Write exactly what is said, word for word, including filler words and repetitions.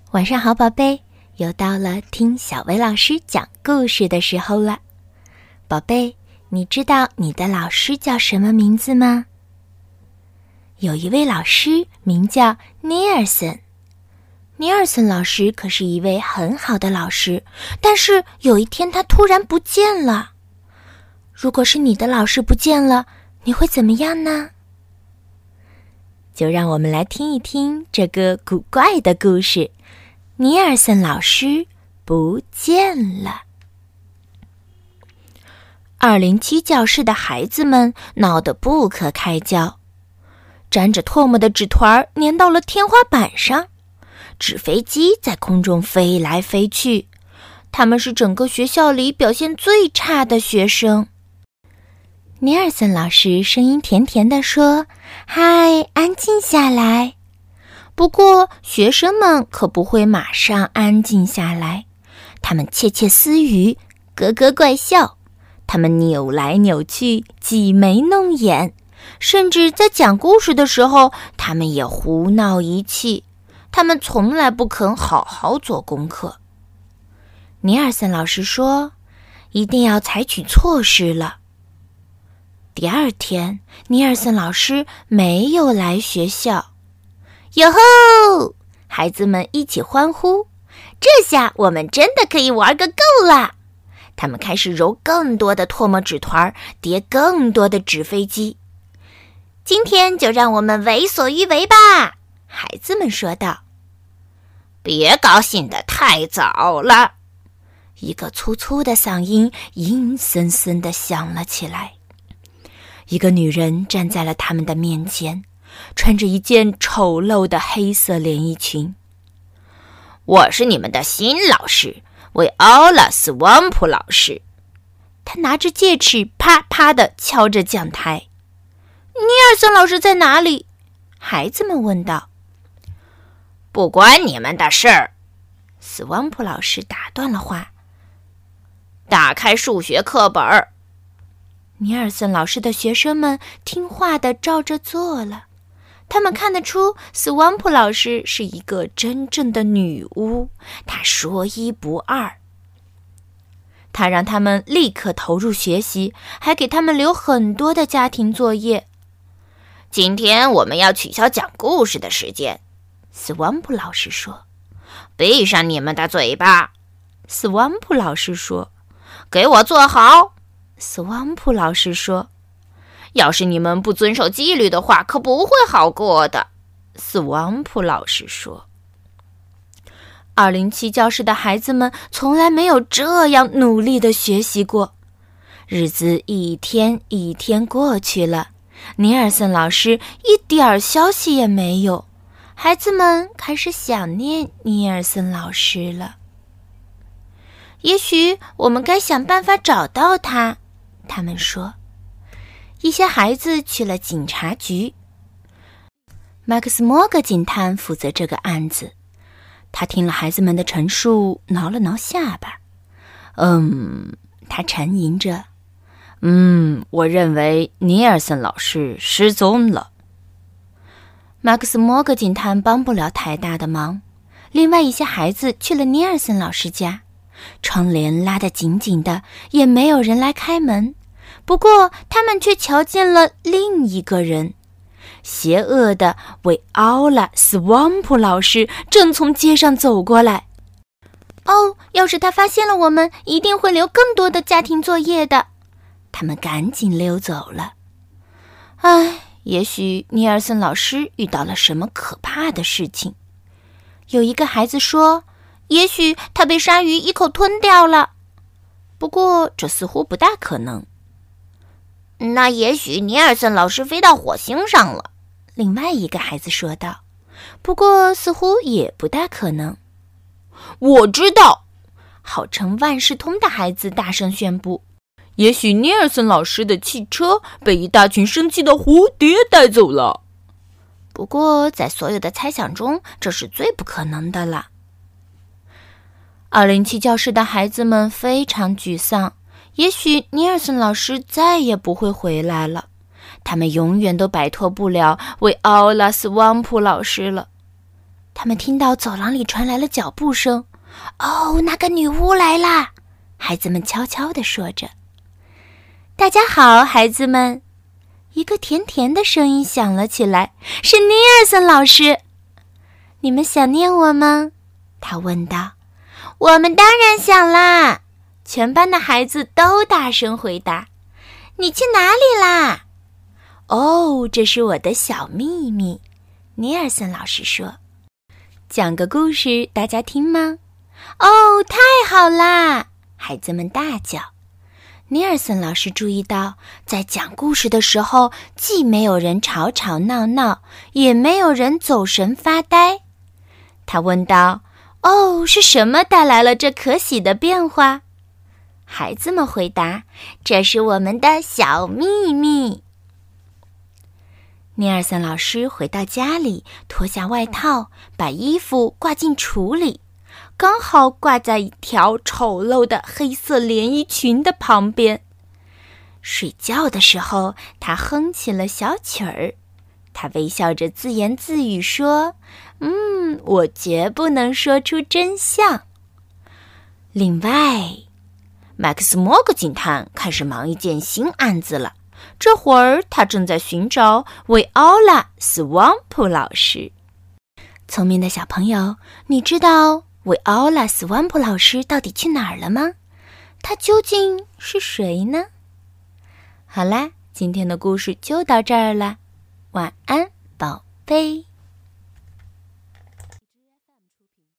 晚上好，宝贝，又到了听小薇老师讲故事的时候了。宝贝，你知道你的老师叫什么名字吗？有一位老师名叫尼尔森。尼尔森老师可是一位很好的老师，但是有一天他突然不见了。如果是你的老师不见了，你会怎么样呢？就让我们来听一听这个古怪的故事，尼尔森老师不见了。二零七教室的孩子们闹得不可开交，沾着唾沫的纸团粘到了天花板上，纸飞机在空中飞来飞去，他们是整个学校里表现最差的学生。尼尔森老师声音甜甜地说：“嗨，安静下来。”不过学生们可不会马上安静下来，他们窃窃私语，咯咯怪笑，他们扭来扭去，挤眉弄眼，甚至在讲故事的时候，他们也胡闹一气。他们从来不肯好好做功课。尼尔森老师说，一定要采取措施了。第二天，尼尔森老师没有来学校。哟吼！孩子们一起欢呼，这下我们真的可以玩个够了。他们开始揉更多的唾沫纸团，叠更多的纸飞机。今天就让我们为所欲为吧，孩子们说道。别高兴得太早了，一个粗粗的嗓音阴森森地响了起来。一个女人站在了他们的面前，穿着一件丑陋的黑色连衣裙。我是你们的新老师，维奥拉·斯旺普老师。他拿着戒尺啪啪地敲着讲台。尼尔森老师在哪里？孩子们问道。不关你们的事儿，斯旺普老师打断了话。打开数学课本。尼尔森老师的学生们听话地照着做了。他们看得出斯旺普老师是一个真正的女巫，她说一不二。她让他们立刻投入学习，还给他们留很多的家庭作业。今天我们要取消讲故事的时间，斯旺普老师说。闭上你们的嘴巴，斯旺普老师说。给我坐好，斯旺普老师说。要是你们不遵守纪律的话，可不会好过的，斯旺普老师说。二零七教室的孩子们从来没有这样努力地学习过。日子一天一天过去了，尼尔森老师一点消息也没有，孩子们开始想念尼尔森老师了。也许我们该想办法找到他，他们说。一些孩子去了警察局。麦克斯·莫格警探负责这个案子。他听了孩子们的陈述，挠了挠下巴。嗯，他沉吟着。嗯，我认为尼尔森老师失踪了。麦克斯·莫格警探帮不了太大的忙。另外一些孩子去了尼尔森老师家，窗帘拉得紧紧的，也没有人来开门。不过他们却瞧见了另一个人，邪恶的维奥拉·斯旺普老师正从街上走过来。哦，要是他发现了我们，一定会留更多的家庭作业的。他们赶紧溜走了。唉，也许尼尔森老师遇到了什么可怕的事情。有一个孩子说，也许他被鲨鱼一口吞掉了。不过这似乎不大可能。那也许尼尔森老师飞到火星上了，另外一个孩子说道。不过似乎也不大可能。我知道，号称万事通的孩子大声宣布，也许尼尔森老师的汽车被一大群生气的蝴蝶带走了。不过在所有的猜想中，这是最不可能的了。二零七教室的孩子们非常沮丧。也许尼尔森老师再也不会回来了，他们永远都摆脱不了为奥拉斯旺普老师了。 他们听到走廊里传来了脚步声。哦，那个女巫来啦！孩子们悄悄地说着。大家好，孩子们！一个甜甜的声音响了起来，是尼尔森老师。你们想念我吗？他问道。我们当然想啦！全班的孩子都大声回答。你去哪里啦？哦，这是我的小秘密，尼尔森老师说。讲个故事，大家听吗？哦，太好啦！孩子们大叫。尼尔森老师注意到，在讲故事的时候，既没有人吵吵闹闹，也没有人走神发呆。他问道：哦，是什么带来了这可喜的变化？孩子们回答：这是我们的小秘密。尼尔森老师回到家里，脱下外套，把衣服挂进橱里，刚好挂在一条丑陋的黑色连衣裙的旁边。睡觉的时候，他哼起了小曲儿。他微笑着自言自语说：嗯，我绝不能说出真相。另外，麦克斯莫格警探开始忙一件新案子了。这会儿他正在寻找维奥拉·斯旺普老师。聪明的小朋友，你知道维奥拉·斯旺普老师到底去哪儿了吗？他究竟是谁呢？好啦，今天的故事就到这儿了。晚安，宝贝。